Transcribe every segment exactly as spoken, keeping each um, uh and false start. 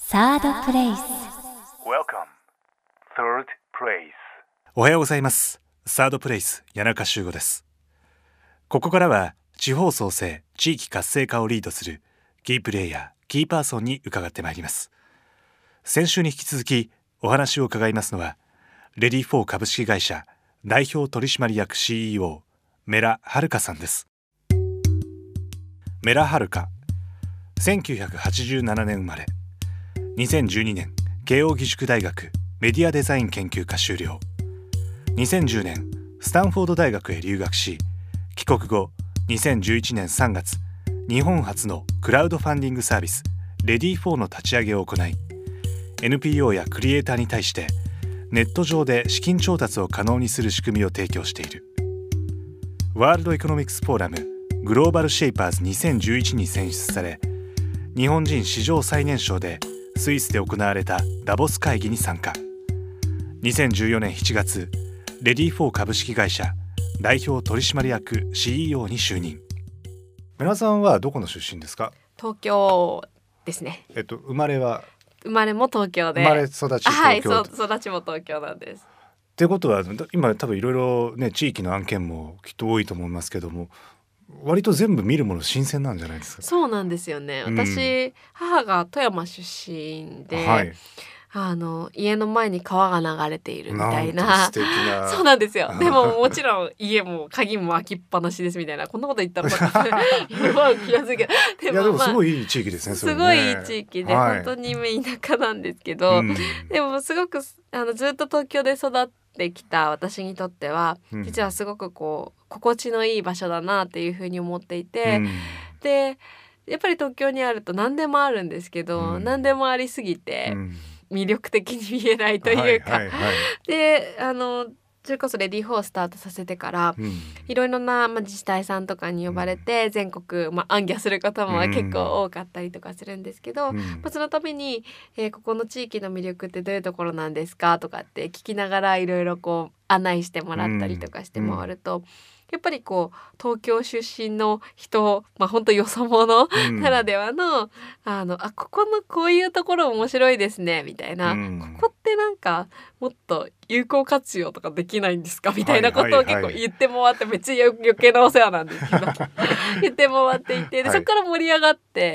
サードプレイス。 Welcome, Third Place。 おはようございます。サードプレイス谷中修吾です。ここからは地方創生地域活性化をリードするキープレイヤーキーパーソンに伺ってまいります。先週に引き続きお話を伺いますのはレディフォー株式会社代表取締役 シーイーオー メラはるかさんです。メラはるかせんきゅうひゃくはちじゅうななねん生まれ、にせんじゅうにねん慶應義塾大学メディアデザイン研究科修了、にせんじゅうねんスタンフォード大学へ留学し、帰国後にせんじゅういちねんさんがつ日本初のクラウドファンディングサービスレディフォーの立ち上げを行い、 エヌピーオー やクリエイターに対してネット上で資金調達を可能にする仕組みを提供している。ワールドエコノミクスフォーラムグローバルシェイパーズにせんじゅういちに選出され、日本人史上最年少でスイスで行われたダボス会議に参加。にせんじゅうよねんしちがつレディフォー株式会社代表取締役 シーイーオー に就任。メラさんはどこの出身ですか？ 東京ですね。 えっと生まれは生まれも東京で、 生まれ育ち東京。 はい、そう育ちも東京なんです。 ってことは今多分いろいろね地域の案件もきっと多いと思いますけども、割と全部見るもの新鮮なんじゃないですか？ そうなんですよね。私、うん、母が富山出身で、はい、あの家の前に川が流れているみたい な, なん素敵なそうなんですよ。でももちろん家も鍵も開きっぱなしですみたいな、こんなこと言ったら今気がするけど、 でも、まあ、いやでもすごいいい地域ですね。それねすごいいい地域で、はい、本当に田舎なんですけど、うん、でもすごくあのずっと東京で育ってきた私にとっては、うん、実はすごくこう心地のいい場所だなっていうふうに思っていて、うん、でやっぱり東京にあると何でもあるんですけど、うん、何でもありすぎて、うん魅力的に見えないというか、はいはいはい、であのそれこそレディフォースタートさせてから、うん、いろいろな、まあ、自治体さんとかに呼ばれて、うん、全国、まあ、行脚することも結構多かったりとかするんですけど、うんまあ、その度に、えー、ここの地域の魅力ってどういうところなんですかとかって聞きながらいろいろこう案内してもらったりとかして回ると、うんやっぱりこう東京出身の人、まあ本当よそ者ならではの、うん、あのあここのこういうところ面白いですねみたいな、うん、ここってなんかもっと有効活用とかできないんですかみたいなことを結構言って回って、めっちゃ余計なお世話なんですけど言って回っていて、でそこから盛り上がって、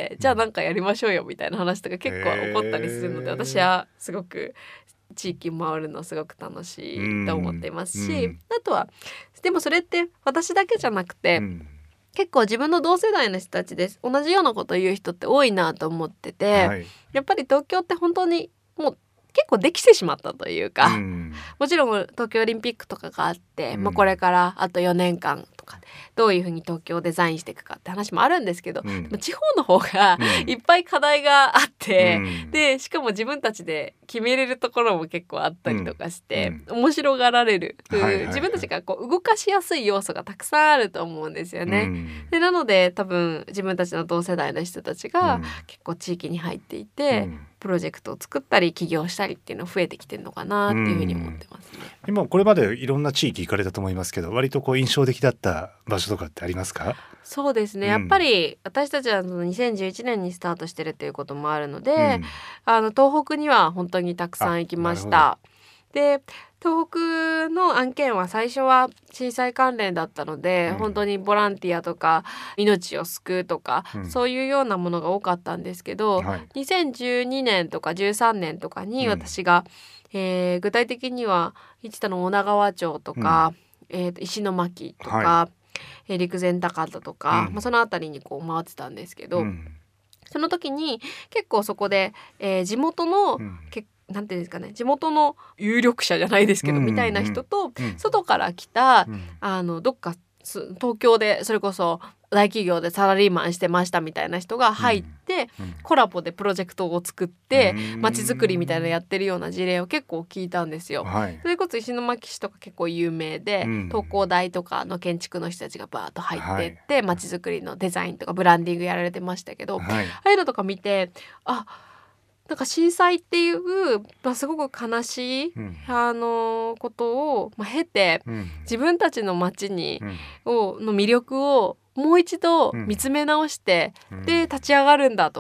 はい、じゃあなんかやりましょうよみたいな話とか結構起こったりするので、私はすごく地域回るのすごく楽しいと思っていますし、うん、あとはでもそれって私だけじゃなくて、うん、結構自分の同世代の人たちです同じようなことを言う人って多いなと思ってて、はい、やっぱり東京って本当にもう結構できてしまったというか、うん、もちろん東京オリンピックとかがあって、うんまあ、これからあとよねんかんとかどういうふうに東京をデザインしていくかって話もあるんですけど、うん、でも地方の方がいっぱい課題があって、うん、でしかも自分たちで決めれるところも結構あったりとかして、うん、面白がられる、はいはいはい、自分たちがこう動かしやすい要素がたくさんあると思うんですよね、うん、でなので多分自分たちの同世代の人たちが結構地域に入っていて、うんプロジェクトを作ったり起業したりっていうの増えてきてるのかなっていうふうに思ってますね。 今これまでいろんな地域行かれたと思いますけど、割とこう印象的だった場所とかってありますか？ そうですね、うん、やっぱり私たちはそのにせんじゅういちねんにスタートしてるということもあるので、うん、あの東北には本当にたくさん行きました。で東北の案件は最初は震災関連だったので、うん、本当にボランティアとか命を救うとか、うん、そういうようなものが多かったんですけど、はい、にせんじゅうにねんとかじゅうさんねんとかに私が、うんえー、具体的には市田の女川町とか、うんえー、石巻とか、はいえー、陸前高田とか、うんまあ、そのあたりにこう回ってたんですけど、うん、その時に結構そこで、えー、地元の、うん結なんていうんですかね、地元の有力者じゃないですけど、うん、みたいな人と、うん、外から来た、うん、あのどっか東京でそれこそ大企業でサラリーマンしてましたみたいな人が入って、うん、コラボでプロジェクトを作って街づくりみたいなのやってるような事例を結構聞いたんですよ、はい、それこそ石巻市とか結構有名で、うん、東工大とかの建築の人たちがバーッと入ってって、はい、街づくりのデザインとかブランディングやられてましたけど、はい、ああいうのとか見てあなんか震災っていう、まあ、すごく悲しい、うん、あのことを、まあ、経て、うん、自分たちの街に、うん、をの魅力をもう一度見つめ直して、うん、で立ち上がるんだと思っ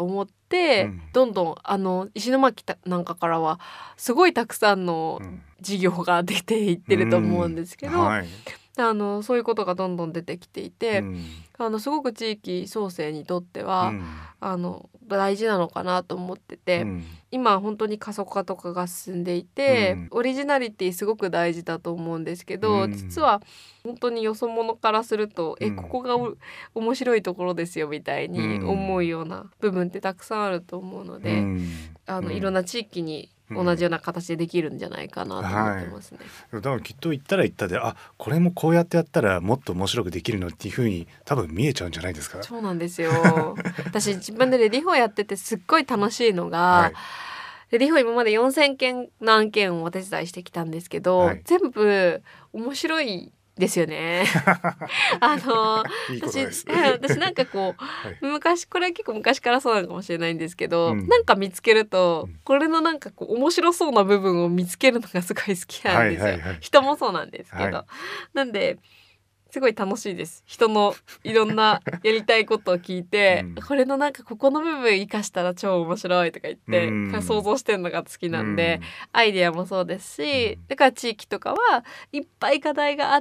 て、 うん、 どんどんあの石巻なんかからはすごいたくさんの事業が出ていってると思うんですけど、 うんはい、 あのそういうことがどんどん出てきていて、 うん、 あのすごく地域創生にとっては、 うん、 あの大事なのかなと思ってて、 うん、 今本当に過疎化とかが進んでいて、 うん、 オリジナリティすごく大事だと思うんですけど、 うん、 実は本当によそ者からすると、 うん、 えここが面白いところですよみたいに思うような部分ってたくさんあると思うので、うん、あのいろんな地域に同じような形でできるんじゃないかなと思ってますね、 はい、だからきっと言ったら言ったで、あこれもこうやってやったらもっと面白くできるのっていう風に多分見えちゃうんじゃないですか。 そうなんですよ私自分でレディフォーやっててすっごい楽しいのが、はい、レディフォー今までよんせんけんの案件をお手伝いしてきたんですけど、はい、全部面白いですよねあのいいことです。 私, 私なんかこう、はい、昔これは結構昔からそうなのかもしれないんですけど、うん、なんか見つけると、うん、これのなんかこう面白そうな部分を見つけるのがすごい好きなんですよ、はいはいはい、人もそうなんですけど、はい、なんですごい楽しいです。人のいろんなやりたいことを聞いて、うん、これのなんかここの部分生かしたら超面白いとか言って、うん、想像してるのが好きなんで、うん、アイデアもそうですし、だから地域とかはいっぱい課題があって、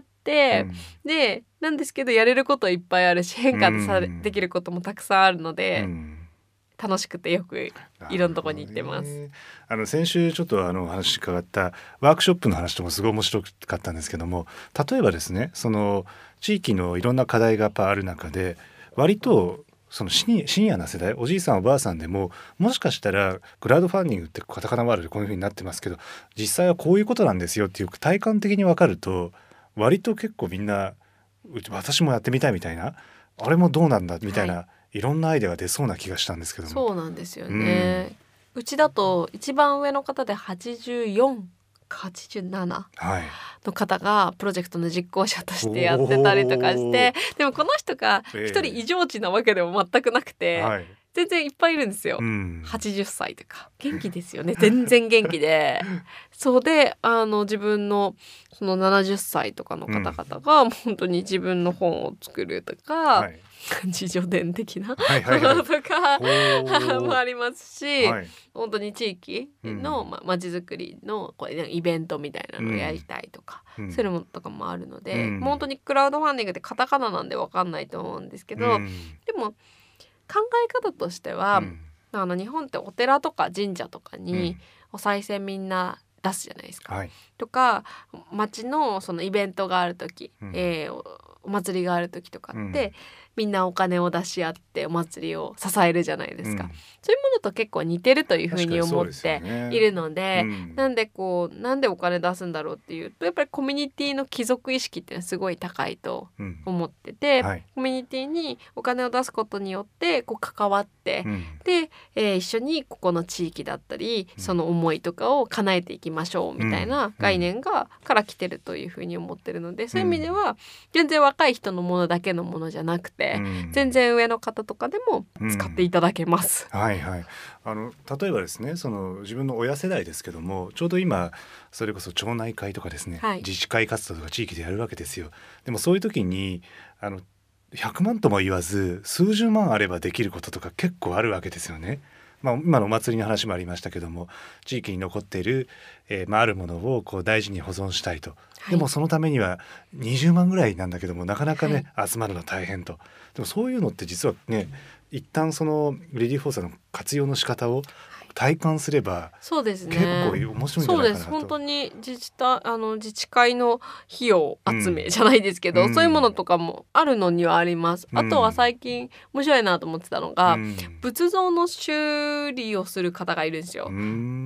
うん、でなんですけどやれることいっぱいあるし、変化され、うん、できることもたくさんあるので、うん楽しくてよくいろんなとこに行ってます。 あの先週ちょっとあの話伺ったワークショップの話ともすごい面白かったんですけども、例えばですね、その地域のいろんな課題がやっぱある中で、割とそのシニ、シニアな世代、おじいさんおばあさんでももしかしたらクラウドファンディングってカタカナワールでこういう風になってますけど、実際はこういうことなんですよっていう体感的に分かると、割と結構みんな私もやってみたいみたいな、あれもどうなんだみたいな、はいいろんなアイデアが出そうな気がしたんですけども。 そうなんですよね、うん、うちだと一番上の方ではちじゅうよんかはちじゅうななの方がプロジェクトの実行者としてやってたりとかして、でもこの人が一人異常値なわけでも全くなくて、えーはい全然いっぱいいるんですよ、うん、はちじゅっさいとか元気ですよね全然元気でそうであの自分のそのななじゅっさいとかの方々が、うん、本当に自分の本を作るとか、はい、自助伝的なものとかもありますし、はい、本当に地域の、うんま、街づくりのこれイベントみたいなのをやりたいとか、うん、そういうのとかもあるので、うん、本当にクラウドファンディングってカタカナなんで分かんないと思うんですけど、うん、でも考え方としては、うん、あの日本ってお寺とか神社とかにお賽銭みんな出すじゃないですか、はい、とか町のそのイベントがある時、うんえー、お, お祭りがある時とかって、うん、みんなお金を出し合ってお祭りを支えるじゃないですか、うん、そういうものと結構似てるというふうに思っているの で, で、ねうん、なんでこうなんでお金出すんだろうっていうとやっぱりコミュニティの帰属意識っていうのはすごい高いと思ってて、うんはい、コミュニティにお金を出すことによってこう関わって、うん、で、えー、一緒にここの地域だったり、うん、その思いとかを叶えていきましょうみたいな概念がから来てるというふうに思ってるので、そういう意味では全然若い人のものだけのものじゃなくて、うん、全然上の方とかでも使っていただけます、 うん、はいはい。あの例えばですね、その自分の親世代ですけども、ちょうど今それこそ町内会とかですね、はい、自治会活動とか地域でやるわけですよ。でもそういう時にあのひゃくまんとも言わず数十万あればできることとか結構あるわけですよね。まあ、今のお祭りの話もありましたけども、地域に残っている、えーまあ、あるものをこう大事に保存したいと、はい、でもそのためにはにじゅうまんぐらいなんだけどもなかなかね、はい、集まるのは大変と。でもそういうのって実はね、一旦そのレディーフォーサーの活用の仕方を体感すればそうですね、 結構面白いんじゃないかなと。 そうです、本当に自治体あの自治会の費用集めじゃないですけど、うん、そういうものとかもあるのにはあります、うん、あとは最近面白いなと思ってたのが、うん、仏像の修理をする方がいるんですよ、うん、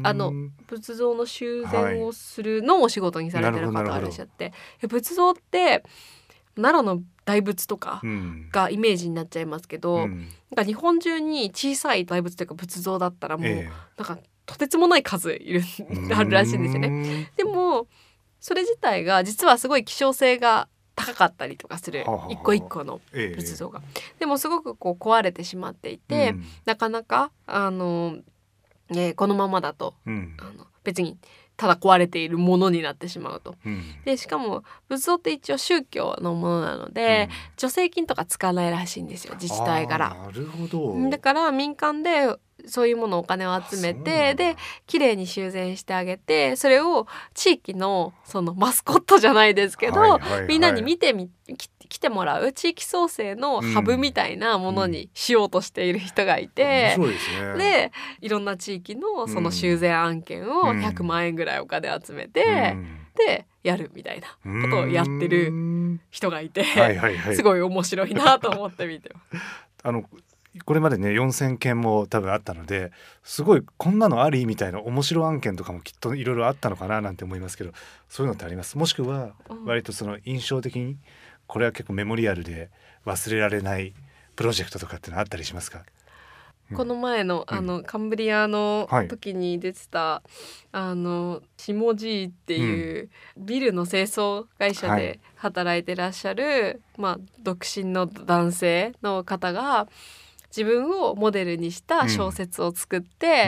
あの仏像の修繕をするのをお仕事にされてる方がいらっしゃって、はい、仏像って奈良の大仏とかがイメージになっちゃいますけど、うん、なんか日本中に小さい大仏というか仏像だったらもう、えー、なんかとてつもない数いるあるらしいんですよね。でもそれ自体が実はすごい希少性が高かったりとかする、一個一個の仏像が、えー、でもすごくこう壊れてしまっていて、うん、なかなかあの、ね、このままだと、うん、あの別にただ壊れているものになってしまうと、 うん、 でしかも仏像って一応宗教のものなので、うん、助成金とか使わないらしいんですよ、自治体から。 なるほど。 だから民間でそういうものお金を集めて、で綺麗に修繕してあげて、それを地域のそのマスコットじゃないですけど、はいはいはい、みんなに見てみ来てもらう地域創生のハブみたいなものにしようとしている人がいて、 うんうん、面白いですね。 でいろんな地域のその修繕案件をひゃくまんえんぐらいお金集めて、うん、でやるみたいなことをやってる人がいて、はいはいはい、すごい面白いなと思って見てますあのこれまでねよんせんけんも多分あったので、すごいこんなのありみたいな面白案件とかもきっといろいろあったのかななんて思いますけど、そういうのってあります？もしくは割とその印象的にこれは結構メモリアルで忘れられないプロジェクトとかってのあったりしますか？ この前の、うん、あのカンブリアの時に出てた、はい、あのシモジーっていう、うん、ビルの清掃会社で働いてらっしゃる、はい、まあ、独身の男性の方が自分をモデルにした小説を作って、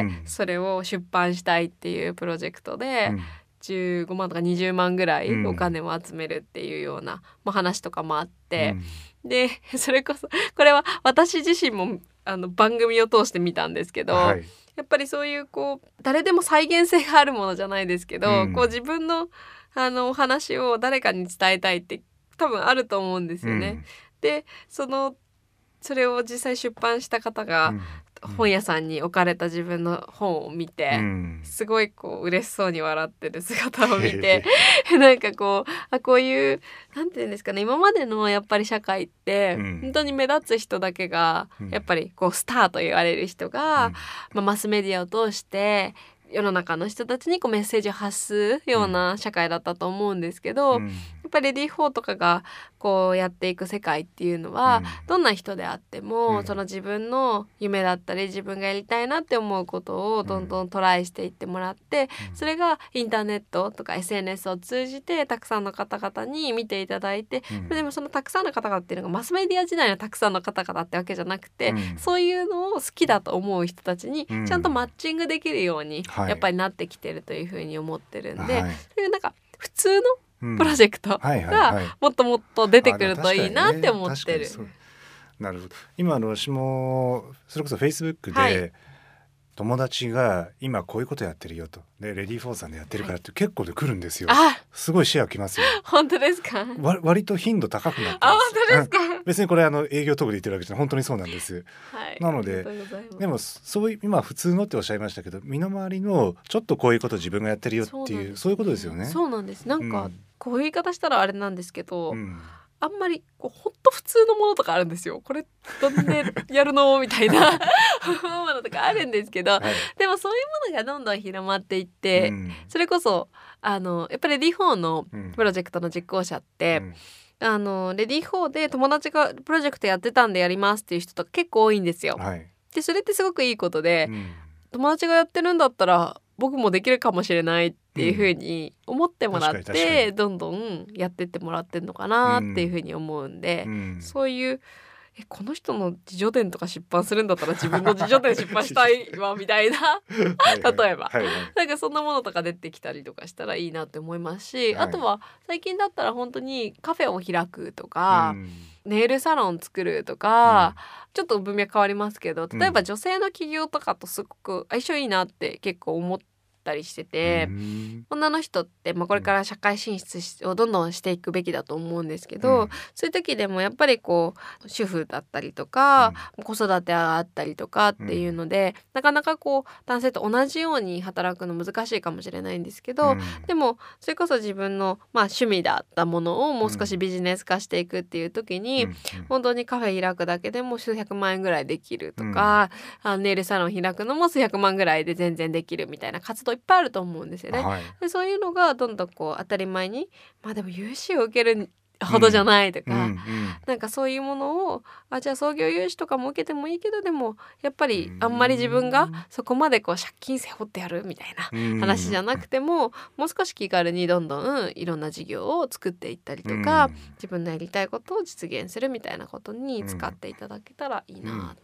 うん、それを出版したいっていうプロジェクトで、うん、じゅうごまんとかにじゅうまんぐらいお金を集めるっていうような、まあ、話とかもあって、うん、でそれこそこれは私自身もあの番組を通して見たんですけど、はい、やっぱりそういうこう誰でも再現性があるものじゃないですけど、うん、こう自分のあのお話を誰かに伝えたいって多分あると思うんですよね。うん、でそのそれを実際出版した方が本屋さんに置かれた自分の本を見て、うん、すごいこう嬉しそうに笑ってる姿を見てなんかこうあこういうなんていうんですかね、今までのやっぱり社会って、うん、本当に目立つ人だけが、うん、やっぱりこうスターと言われる人が、うん、まあ、マスメディアを通して世の中の人たちにこうメッセージを発すような社会だったと思うんですけど、うん、やっぱりレディーフォーとかがこうやっていく世界っていうのは、うん、どんな人であっても、うん、その自分の夢だったり自分がやりたいなって思うことをどんどんトライしていってもらって、うん、それがインターネットとか エスエヌエス を通じてたくさんの方々に見ていただいて、うん、でもそのたくさんの方々っていうのがマスメディア時代のたくさんの方々ってわけじゃなくて、うん、そういうのを好きだと思う人たちにちゃんとマッチングできるように、うん、やっぱりなってきてるというふうに思ってるんで、はい、そういうなんか普通のプロジェクトがもっともっと出てくるといいなって思ってる。 なるほど。今あの私もそれこそ Facebook で、はい、友達が今こういうことやってるよとでレディーフォーさんでやってるからって結構で来るんですよ。 あ、 すごいシェア来ますよ。 本当ですか？ わ割と頻度高くなってます。 あ、本当ですか？ 別にこれあの営業トークで言ってるわけじゃない、本当にそうなんです、 はい、 なのででもそういう今普通のっておっしゃいましたけど、身の回りのちょっとこういうこと自分がやってるよっていうそういうことですよね。 そうなんです。なんか、うん、こういう言い方したらあれなんですけど、うん、あんまりこうほんと普通のものとかあるんですよ。これどんでやるのみたいなものとかあるんですけど、はい、でもそういうものがどんどん広まっていって、うん、それこそあのやっぱりレディーフォーのプロジェクトの実行者って、うん、あのレディーフォーで友達がプロジェクトやってたんでやりますっていう人とか結構多いんですよ。はい、でそれってすごくいいことで、うん、友達がやってるんだったら僕もできるかもしれないっていう風に思ってもらって、うん、どんどんやってってもらってんのかなっていう風に思うんで、うん、そういうえこの人の自叙伝とか出版するんだったら自分の自叙伝出版したいわみたいな例えば、はいはい、なんかそんなものとか出てきたりとかしたらいいなって思いますし、はい、あとは最近だったら本当にカフェを開くとか、うん、ネイルサロン作るとか、うん、ちょっと文脈変わりますけど、例えば女性の企業とかとすごく相性いいなって結構思ってたりしてて、うん、女の人って、まあ、これから社会進出をどんどんしていくべきだと思うんですけど、うん、そういう時でもやっぱりこう主婦だったりとか、うん、子育てがあったりとかっていうので、うん、なかなかこう男性と同じように働くの難しいかもしれないんですけど、うん、でもそれこそ自分の、まあ、趣味だったものをもう少しビジネス化していくっていう時に、うん、本当にカフェ開くだけでも数百万円ぐらいできるとか、うん、あネイルサロン開くのも数百万ぐらいで全然できるみたいな活動いっぱいあると思うんですよね。はい、でそういうのがどんどんこう当たり前に、まあでも融資を受けるほどじゃないとか、うんうんうん、なんかそういうものをあじゃあ創業融資とかも受けてもいいけど、でもやっぱりあんまり自分がそこまでこう借金背負ってやるみたいな話じゃなくても、もう少し気軽にどんどんいろんな事業を作っていったりとか、自分のやりたいことを実現するみたいなことに使っていただけたらいいなって思って、うんうん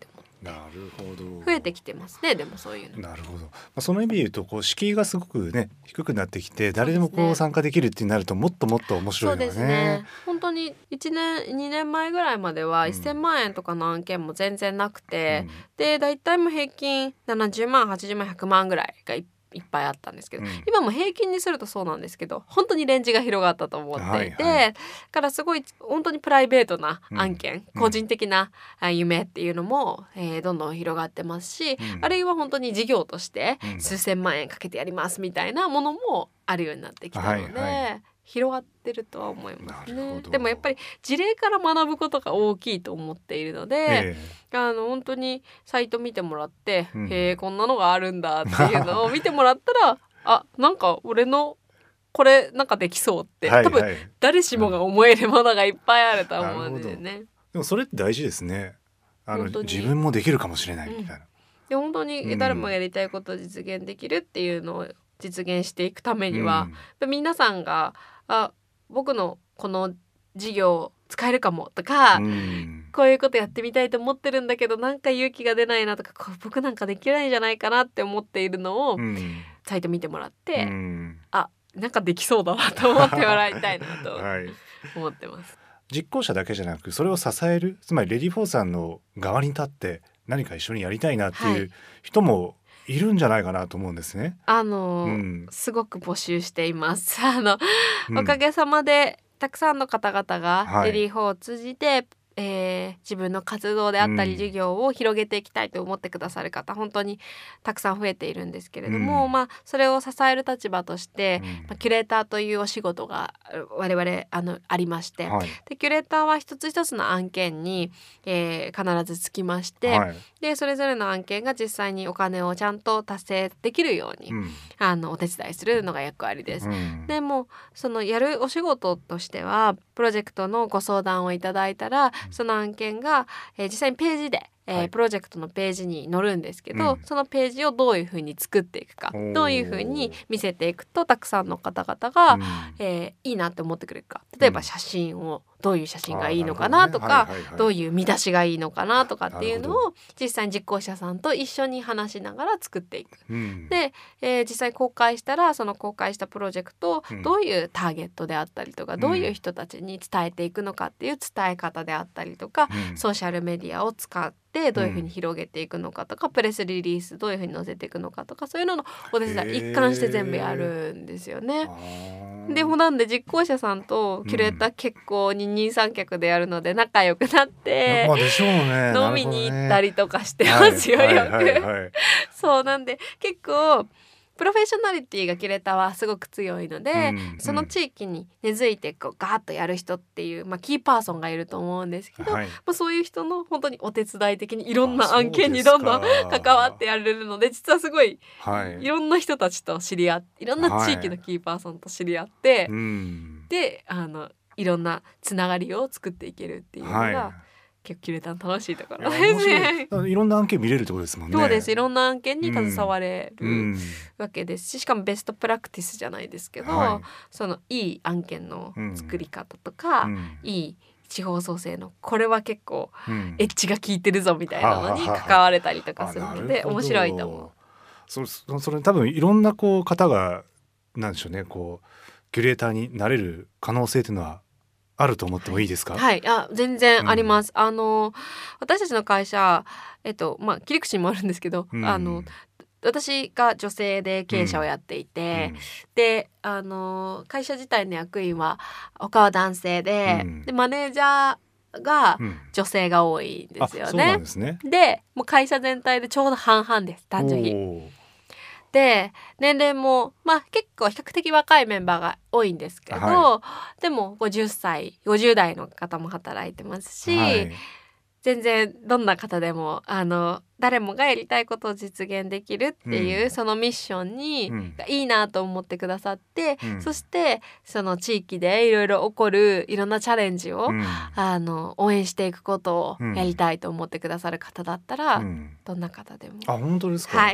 なるほど。 増えてきてますね。でもそういうの。 なるほど。まあ、その意味で言うとこう敷居がすごくね低くなってきて誰でもこそうですねう参加できるってなるともっともっと面白そいうのがね。 ですね。本当にいちねんにねんまえぐらいまではうんせんまんえんとかの案件も全然なくて、 うんでだいたいもう平均ななじゅうまんはちじゅうまんひゃくまんぐらいがいいっぱいあったんですけど、 うん今も平均にするとそうなんですけど本当にレンジが広がったと思っていて、 はいはだからすごい本当にプライベートな案件、 うん個人的なあ夢っていうのも、えーどんどん広がってますし、 うんあるいは本当に事業としてうん数千万円かけてやりますみたいなものもあるようになってきたので、 はいは広がってるとは思いますね。 なるほどでもやっぱり事例から学ぶことが大きいと思っているので、 えあの本当にサイト見てもらって、 うんへえこんなのがあるんだっていうのを見てもらったらあなんか俺のこれなんかできそうって、 えはい多分はい。 誰しもが思えるものがいっぱいあると思うんでね。 でもそれって大事ですね。あの本当に自分もできるかもしれないみたいな。 で本当うんに誰もがやりたいことを実現できるっていうのを実現していくためには、皆さんがあ僕のこの事業使えるかもとか、 うんうんこういうことやってみたいと思ってるんだけどなんか勇気が出ないなとかこう僕なんかできないんじゃないかなって思っているのを、 うんサイト見てもらって、 うんあなんかできそうだなと思ってもらいたいなとはい。 思ってます。 実行者だけじゃなくそれを支えるつまりレディフォーさんの側に立って何か一緒にやりたいなってはいいう人もいるんじゃないかなと思うんですね。 あの、 うんすごく募集しています。あの、 うんおかげさまでたくさんの方々がはいレディフォーを通じて、えー自分の活動であったりうん事業を広げていきたいと思ってくださる方、本当にたくさん増えているんですけれども、 うんまあそれを支える立場として、 うんまあ、キュレーターというお仕事が我々あのありまして、 はいでキュレーターは一つ一つの案件に、えー必ずつきまして、 はいでそれぞれの案件が実際にお金をちゃんと達成できるように、 うんあのお手伝いするのが役割です。 うんでもそのやるお仕事としてはプロジェクトのご相談をいただいたらその案件が、えー実際にページで、えーはいプロジェクトのページに載るんですけど、 うんそのページをどういうふうに作っていくかおーどういうふうに見せていくとたくさんの方々が、 うんえーいいなって思ってくれるか、例えば写真をどういう写真がいいのかなとか、 あーなるほどねはいはいはいどういう見出しがいいのかなとかっていうのなるを実際に実行者さんと一緒に話しながら作っていく。 うんで、えー実際公開したらその公開したプロジェクトをうんどういうターゲットであったりとか、 んどういう人たちに伝えていくのかっていう伝え方であったりとか、 うんソーシャルメディアを使ってどういうふうに広げていくのかとか、プレスリリースどういうふうに載せていくのかとかそういうののお手伝いへー一貫して全部やるんですよね。 あーでもなんで実行者さんとキュレーター結構二人三脚でやるので仲良くなってまあでしょうね。 飲みに行ったりりとかしてますよ、 はいよはいはいく。 はいそうなんで結構プロフェッショナリティがキュレーターはすごく強いので、 うんその地域に根付いてこうガーッとやる人っていう、まあ、キーパーソンがいると思うんですけど、 はいまあ、そういう人の本当にお手伝い的にいろんなあ案件にどんどんそうですか関わってやれるので実はすごいはいいろんな人たちと知り合っていろんな地域のキーパーソンと知り合って、 うんであのいろんなつながりを作っていけるっていうのが、 は結構キュレーターの楽しいとこい。いろやですね。 面白いいろんな案件見れるってことですもんね。 そうです、いろんな案件に携われる、 うんわけですし、しかもベストプラクティスじゃないですけど、 はそのいい案件の作り方といか、 うんいい地方創生のこれは結構うんエッジが効いてるぞみたいなのにはあはあはあ関われたりとかするあのなるほどで面白いと思う。 そそそれ多分いろんなこう方がなんでしょうねこうキュレーターになれる可能性というのはあると思ってもいいですか。 はい、あ全然あります。あの私たちの会社、えっとまあ切り口にもあるんですけど、 うんあの私が女性で経営者をやっていて、であの会社自体の役員は他は男性で、 うんでマネージャーがうんうん女性が多いんですよあそうなんね。 ですね。 でもう会社全体でちょうど半々です男女比。 おーで年齢もまあ結構比較的若いメンバーが多いんですけど、 はでもごじゅっさいごじゅう代の方も働いてますし、 はい全然どんな方でもあの誰もがやりたいことを実現できるっていう、 うんそのミッションに、 うんいいなと思ってくださって、 うんそしてその地域でいろいろ起こるいろんなチャレンジを、 うんあの応援していくことをうんやりたいと思ってくださる方だったら、 うんどんな方でも。 あ本当ですか。 はい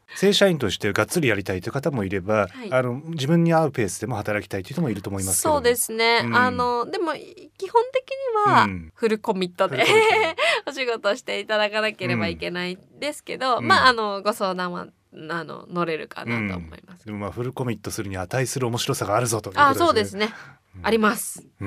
正社員としてがっつりやりたいという方もいれば、はい、あの自分に合うペースでも働きたいという人もいると思いますけど。 そうですね、うん、あのでも基本的にはフルコミットで、うん、お仕事をしていただかなければいけないですけど、うん、まああのご相談はあの乗れるかなと思います、うん、 でもまあフルコミットするに値する面白さがあるぞということですね。 あ、そうですね、うん、あります、 うん、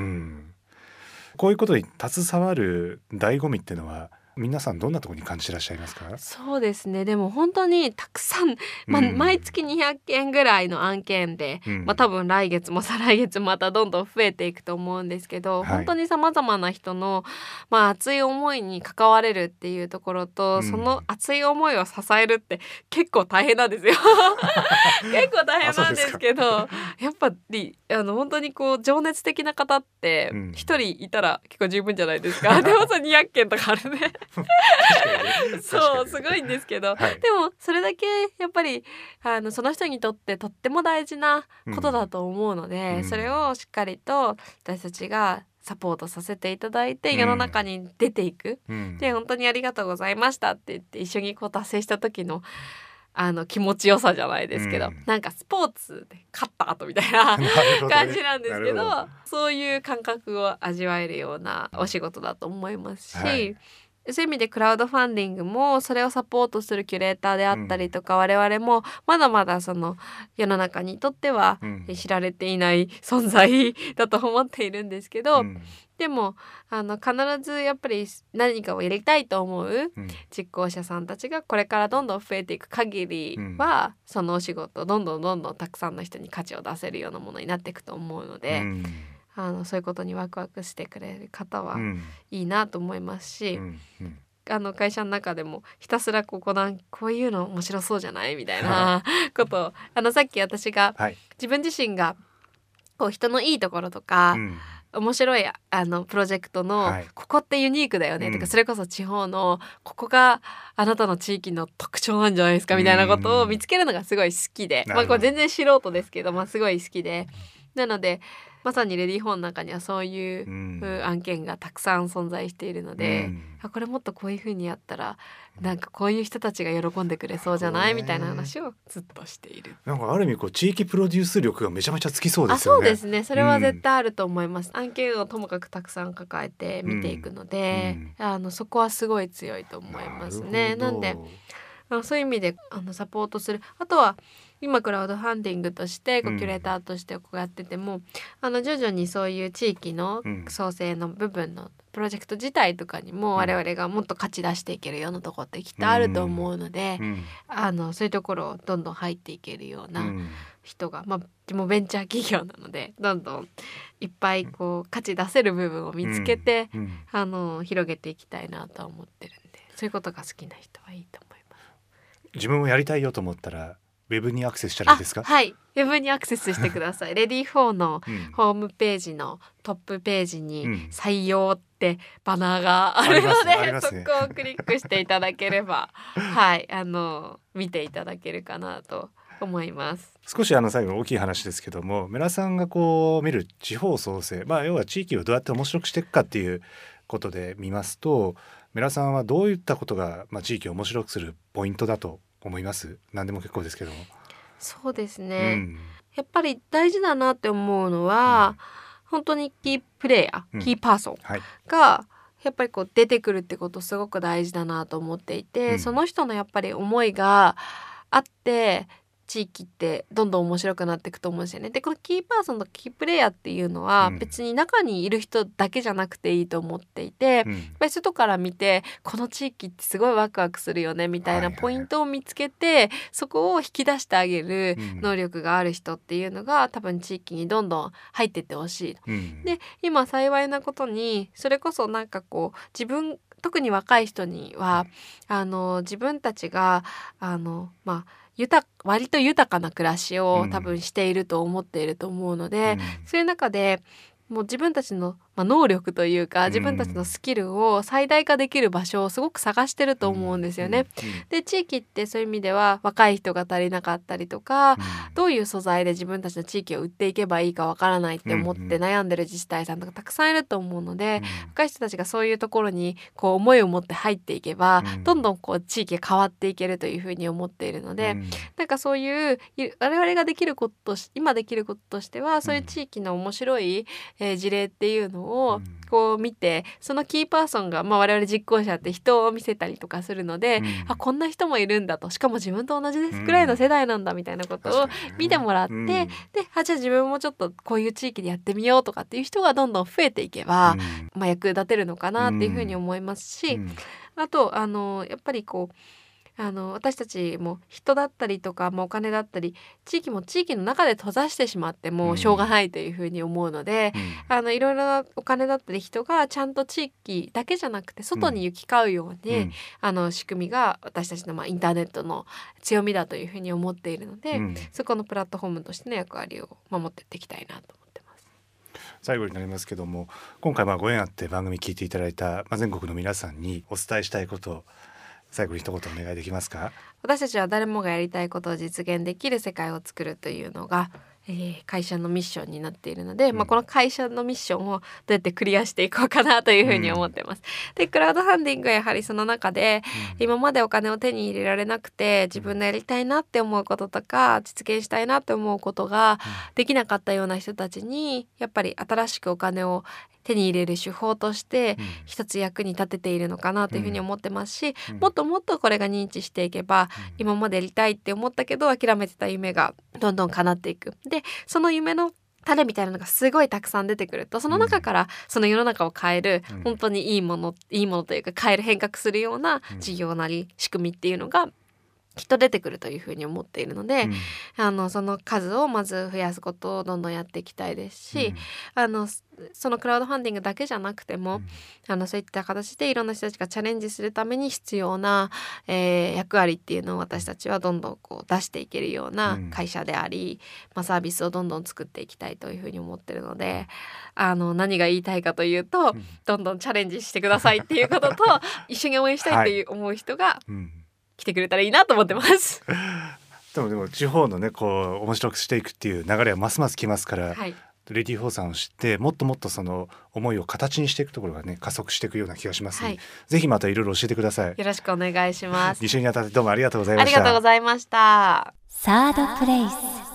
こういうことに携わる醍醐味っていうのは皆さんどんなところに感じてらっしゃいますか？ そうですね、でも本当にたくさん、まあうん、毎月にひゃっけんぐらいの案件で、うんまあ、多分来月も再来月またどんどん増えていくと思うんですけど、はい、本当にさまざまな人の、まあ、熱い思いに関われるっていうところと、うん、その熱い思いを支えるって結構大変なんですよ結構大変なんですけど、やっぱりあの本当にこう情熱的な方って一人いたら結構十分じゃないですか、うん、でもそにひゃっけんとかあるねそうすごいんですけど、はい、でもそれだけやっぱりあのその人にとってとっても大事なことだと思うので、うん、それをしっかりと私たちがサポートさせていただいて世の中に出ていく、うん、で本当にありがとうございましたって言って一緒にこう達成した時のあの気持ちよさじゃないですけど、うん、なんかスポーツで勝った後みたいな感じなんですけ ど, どそういう感覚を味わえるようなお仕事だと思いますし、はい、そういう意味でクラウドファンディングもそれをサポートするキュレーターであったりとか、うん、我々もまだまだその世の中にとっては知られていない存在だと思っているんですけど、うん、でもあの必ずやっぱり何かをやりたいと思う実行者さんたちがこれからどんどん増えていく限りは、うん、そのお仕事どんどんどんどんたくさんの人に価値を出せるようなものになっていくと思うので、うんあのそういうことにワクワクしてくれる方はいいなと思いますし、うんうん、あの会社の中でもひたすらここなんこういうの面白そうじゃないみたいなことをあのさっき私が、はい、自分自身がこう人のいいところとか、うん、面白いあのプロジェクトの、はい、ここってユニークだよねとか、うん、それこそ地方のここがあなたの地域の特徴なんじゃないですかみたいなことを見つけるのがすごい好きで、まあ、これ全然素人ですけど、まあ、すごい好きで、なのでまさにレディーフォンの中にはそういう案件がたくさん存在しているので、うん、あこれもっとこういう風にやったらなんかこういう人たちが喜んでくれそうじゃないみたいな話をずっとしている。 なんかある意味こう地域プロデュース力がめちゃめちゃつきそうですよね。 あそうですね、それは絶対あると思います、うん、案件をともかくたくさん抱えて見ていくので、うん、あのそこはすごい強いと思いますね。なんであのそういう意味であのサポートする、あとは今クラウドファンディングとしてキュレーターとしてこうやってても、うん、あの徐々にそういう地域の創生の部分のプロジェクト自体とかにも我々がもっと価値出していけるようなところってきっとあると思うので、うん、あのそういうところをどんどん入っていけるような人が、まあでもベンチャー企業なのでどんどんいっぱいこう価値出せる部分を見つけて、うんうん、あの広げていきたいなとは思ってるんで、そういうことが好きな人はいいと思います。 自分もやりたいよと思ったらウェブにアクセスしたらいいですか？ はい、ウェブにアクセスしてくださいレディーフォーのホームページのトップページに採用ってバナーがあるので、うん、そこをクリックしていただければはいあの見ていただけるかなと思います。 少しあの最後大きい話ですけども、メラさんがこう見る地方創生、まあ要は地域をどうやって面白くしていくかっていうことで見ますと、メラさんはどういったことが、まあ、地域を面白くするポイントだと思います？何でも結構ですけども。 そうですね、うん、やっぱり大事だなって思うのは、うん、本当にキープレイヤー、うん、キーパーソンがやっぱりこう出てくるってことすごく大事だなと思っていて、うん、その人のやっぱり思いがあって地域ってどんどん面白くなっていくと思うんですよね。でこのキーパーソンとキープレイヤーっていうのは別に中にいる人だけじゃなくていいと思っていて、うん、やっぱり外から見てこの地域ってすごいワクワクするよねみたいなポイントを見つけて、はいはい、そこを引き出してあげる能力がある人っていうのが多分地域にどんどん入ってってほしい、うん、で今幸いなことにそれこそなんかこう自分特に若い人にはあの自分たちがあのまあ豊割と豊かな暮らしを多分していると思っていると思うので、うん、そういう中でもう自分たちのまあ、能力というか自分たちのスキルを最大化できる場所をすごく探してると思うんですよね。で地域ってそういう意味では若い人が足りなかったりとか、どういう素材で自分たちの地域を売っていけばいいかわからないって思って悩んでる自治体さんとかたくさんいると思うので、若い人たちがそういうところにこう思いを持って入っていけば、どんどんこう地域が変わっていけるというふうに思っているので、なんかそういう我々ができること今できることとしては、そういう地域の面白い、えー、事例っていうのをこう見て、そのキーパーソンが、まあ、我々実行者って人を見せたりとかするので、うん、あこんな人もいるんだと、しかも自分と同じですくらいの世代なんだみたいなことを見てもらって、うん、であじゃあ自分もちょっとこういう地域でやってみようとかっていう人がどんどん増えていけば、うんまあ、役立てるのかなっていうふうに思いますし、うん、あとあのやっぱりこうあの私たちも人だったりとか、まあ、お金だったり地域も地域の中で閉ざしてしまってもしょうがないというふうに思うので、うん、あのいろいろなお金だったり人がちゃんと地域だけじゃなくて外に行き交うように、うん、あの仕組みが私たちのまあインターネットの強みだというふうに思っているので、うん、そこのプラットフォームとしての役割を守っていっていきたいなと思ってます。 最後になりますけども、今回まあご縁あって番組聞いていただいた、まあ、全国の皆さんにお伝えしたいことを最後に一言お願いできますか？ 私たちは誰もがやりたいことを実現できる世界を作るというのが、えー、会社のミッションになっているので、うんまあ、この会社のミッションをどうやってクリアしていこうかなというふうに思ってます、うん、でクラウドファンディングはやはりその中で、うん、今までお金を手に入れられなくて自分のやりたいなって思うこととか実現したいなって思うことができなかったような人たちにやっぱり新しくお金を手に入れる手法として一つ役に立てているのかなというふうに思ってますし、うん、もっともっとこれが認知していけば、うん、今までやりたいって思ったけど諦めてた夢がどんどん叶っていく。でその夢の種みたいなのがすごいたくさん出てくると、その中からその世の中を変える、うん、本当にいいものいいものというか変える変革するような事業なり仕組みっていうのがきっと出てくるというふうに思っているので、うん、あのその数をまず増やすことをどんどんやっていきたいですし、うん、あのそのクラウドファンディングだけじゃなくても、うん、あのそういった形でいろんな人たちがチャレンジするために必要な、えー、役割っていうのを私たちはどんどんこう出していけるような会社であり、まあ、サービスをどんどん作っていきたいというふうに思ってるので、あの何が言いたいかというと、うん、どんどんチャレンジしてくださいっていうことと一緒に応援したいっていう思う人が、はいうん来てくれたらいいなと思ってますでもでも地方のねこう面白くしていくっていう流れはますますきますから、はい、レディーフォーさんを知ってもっともっとその思いを形にしていくところがね加速していくような気がします、ねはい、ぜひまたいろいろ教えてください。 よろしくお願いします。 一緒にあたってどうもありがとうございました。 ありがとうございました。 サードプレイス。